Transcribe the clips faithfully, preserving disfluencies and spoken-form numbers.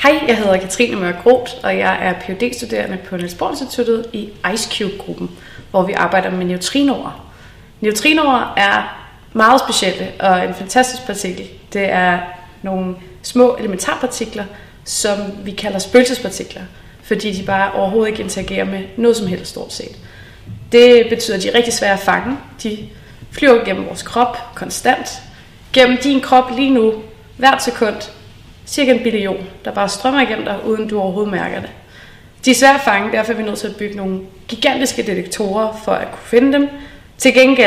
Hej, jeg hedder Katrine Mørk Roth, og jeg er Ph D-studerende på Niels Bohr Instituttet i IceCube-gruppen, hvor vi arbejder med neutrinoer. Neutrinoer er meget specielle og en fantastisk partikel. Det er nogle små elementarpartikler, som vi kalder spøgelsespartikler, fordi de bare overhovedet ikke interagerer med noget som helst stort set. Det betyder, at de er rigtig svære at fange. De flyver gennem vores krop konstant. Gennem din krop lige nu, hvert sekund, cirka en billion, der bare strømmer igennem dig, uden du overhovedet mærker det. De er svære at fange, derfor er vi nødt til at bygge nogle gigantiske detektorer for at kunne finde dem. Til gengæld,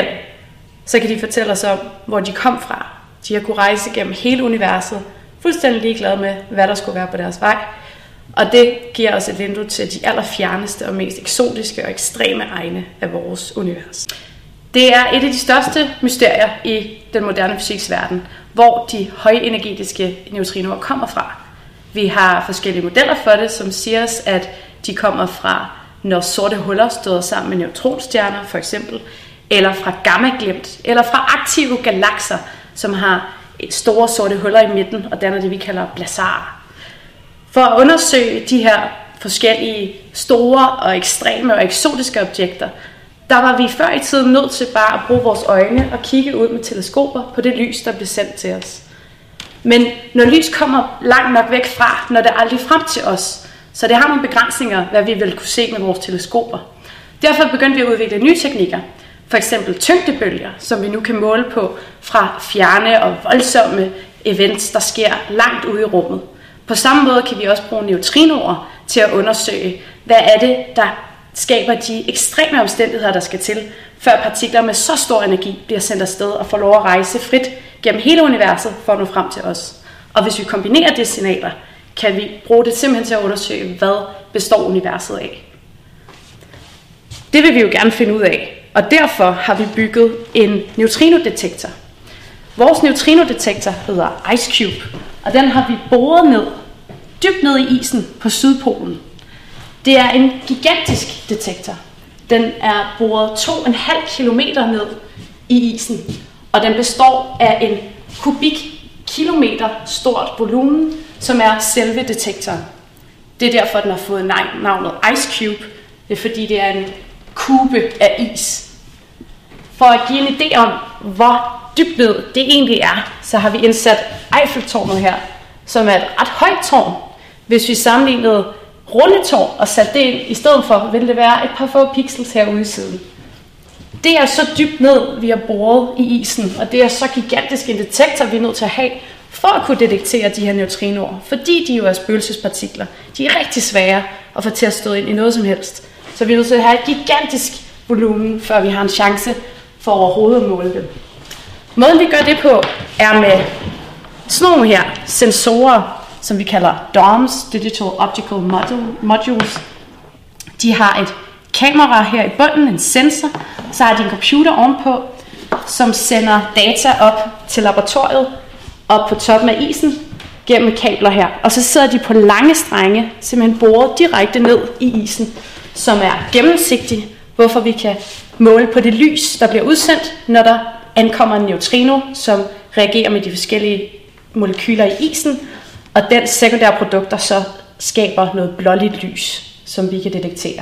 så kan de fortælle os om, hvor de kom fra. De har kunnet rejse gennem hele universet, fuldstændig ligeglade med, hvad der skulle være på deres vej. Og det giver os et vindue til de allerfjerneste og mest eksotiske og ekstreme egne af vores univers. Det er et af de største mysterier i den moderne fysiksverden, hvor de højenergetiske neutrinoer kommer fra. Vi har forskellige modeller for det, som siger os, at de kommer fra, når sorte huller støder sammen med neutronstjerner for eksempel, eller fra gammaglimt, eller fra aktive galakser, som har store sorte huller i midten og danner det, vi kalder blazarer. For at undersøge de her forskellige store og ekstreme og eksotiske objekter, der var vi før i tiden nødt til bare at bruge vores øjne og kigge ud med teleskoper på det lys, der blev sendt til os. Men når lys kommer langt nok væk fra, når det aldrig frem til os, så det har nogle begrænsninger, hvad vi vil kunne se med vores teleskoper. Derfor begyndte vi at udvikle nye teknikker. For eksempel tyngdebølger, som vi nu kan måle på fra fjerne og voldsomme events, der sker langt ude i rummet. På samme måde kan vi også bruge neutrinoer til at undersøge, hvad er det, der skaber de ekstreme omstændigheder, der skal til, før partikler med så stor energi bliver sendt afsted og får lov at rejse frit gennem hele universet for at nå frem til os. Og hvis vi kombinerer de signaler, kan vi bruge det simpelthen til at undersøge, hvad består universet af. Det vil vi jo gerne finde ud af, og derfor har vi bygget en neutrinodetektor. Vores neutrinodetektor hedder IceCube, og den har vi boret ned, dybt ned i isen på Sydpolen. Det er en gigantisk detektor. Den er boret to komma fem kilometer ned i isen, og den består af en kubikkilometer stort volumen, som er selve detektoren. Det er derfor, den har fået navnet IceCube. Det er fordi, det er en kube af is. For at give en idé om, hvor dybt ned det egentlig er, så har vi indsat Eiffeltårnet her, som er et ret højt tårn. Hvis vi sammenlignede rundetårn og satte det ind i stedet for, ville det være et par få pixels herude i siden. Det er så dybt ned, vi har boret i isen, og det er så gigantisk en detektor, vi er nødt til at have, for at kunne detektere de her neutrinoer, fordi de jo er spøgelsespartikler. De er rigtig svære at få til at støde ind i noget som helst. Så vi er nødt til at have et gigantisk volumen, før vi har en chance for overhovedet at måle dem. Måden vi gør det på, er med sådan nogle her sensorer, som vi kalder D O Ms, Digital Optical Modules. De har et kamera her i bunden, en sensor, så har de en computer ovenpå, som sender data op til laboratoriet, op på toppen af isen, gennem kabler her. Og så sidder de på lange strenge, simpelthen boret direkte ned i isen, som er gennemsigtig, hvorfor vi kan måle på det lys, der bliver udsendt, når der ankommer en neutrino, som reagerer med de forskellige molekyler i isen, og den sekundære produkter så skaber noget blåligt lys, som vi kan detektere.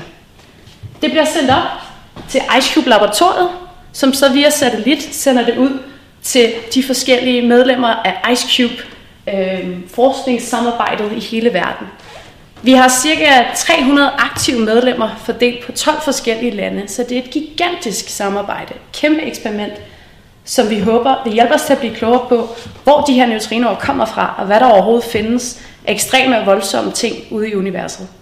Det bliver sendt op til IceCube-laboratoriet, som så via satellit sender det ud til de forskellige medlemmer af IceCube øh, forskningssamarbejdet i hele verden. Vi har cirka tre hundrede aktive medlemmer fordelt på tolv forskellige lande, så det er et gigantisk samarbejde, kæmpe eksperiment, som vi håber vil hjælpe os til at blive klogere på, hvor de her neutrinoer kommer fra, og hvad der overhovedet findes af ekstreme og voldsomme ting ude i universet.